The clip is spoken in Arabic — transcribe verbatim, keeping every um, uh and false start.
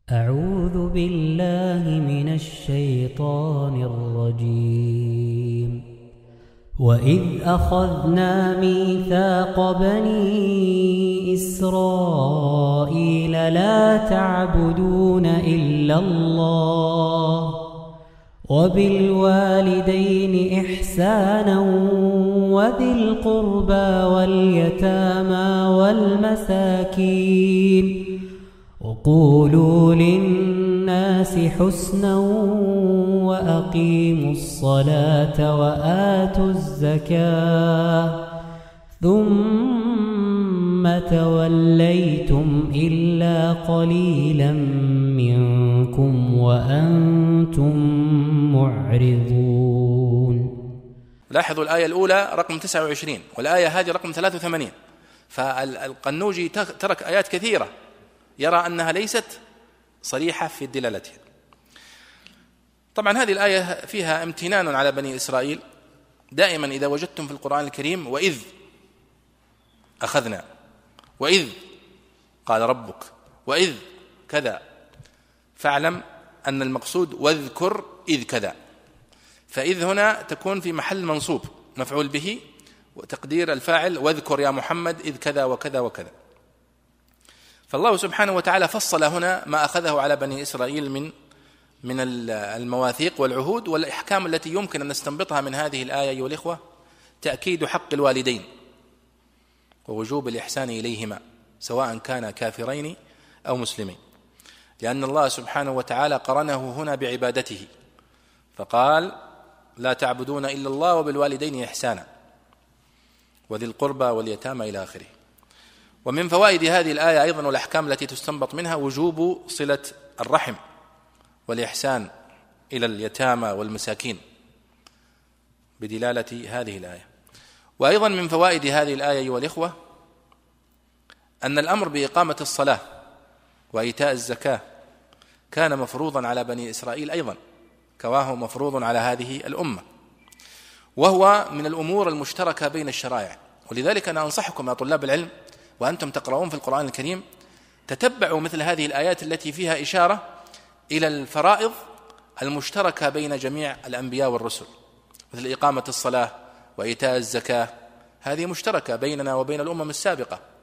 أعوذ بالله من الشيطان الرجيم. وإذ أخذنا ميثاق بني إسرائيل لا تعبدون إلا الله وبالوالدين إحسانا وذي القربى واليتامى والمساكين وقولوا للناس حسنا وأقيموا الصلاة وآتوا الزكاة ثم توليتم إلا قليلا منكم وأنتم معرضون. لاحظوا الآية الأولى رقم تسعة وعشرين والآية هذه رقم ثلاثة وثمانين. فالقنوجي ترك آيات كثيرة يرى أنها ليست صريحة في دلالتها. طبعا هذه الآية فيها امتنان على بني إسرائيل. دائما إذا وجدتم في القرآن الكريم وإذ أخذنا وإذ قال ربك وإذ كذا، فاعلم أن المقصود واذكر إذ كذا، فإذ هنا تكون في محل منصوب مفعول به وتقدير الفاعل واذكر يا محمد إذ كذا وكذا وكذا. فالله سبحانه وتعالى فصل هنا ما أخذه على بني إسرائيل من من المواثيق والعهود والأحكام التي يمكن أن نستنبطها من هذه الآية أيها الإخوة. تأكيد حق الوالدين ووجوب الإحسان إليهما سواء كان كافرين أو مسلمين، لأن الله سبحانه وتعالى قرنه هنا بعبادته فقال لا تعبدون إلا الله وبالوالدين إحسانا وذي القربى واليتامى إلى آخره. ومن فوائد هذه الآية أيضا والأحكام التي تستنبط منها وجوب صلة الرحم والإحسان إلى اليتامى والمساكين بدلالة هذه الآية. وأيضا من فوائد هذه الآية أيها الإخوة أن الأمر بإقامة الصلاة وإيتاء الزكاة كان مفروضا على بني إسرائيل أيضا كما هو مفروض على هذه الأمة، وهو من الأمور المشتركة بين الشرائع. ولذلك أنا أنصحكم يا طلاب العلم وأنتم تقرؤون في القرآن الكريم تتبعوا مثل هذه الآيات التي فيها إشارة إلى الفرائض المشتركة بين جميع الأنبياء والرسل، مثل إقامة الصلاة وإيتاء الزكاة، هذه مشتركة بيننا وبين الأمم السابقة.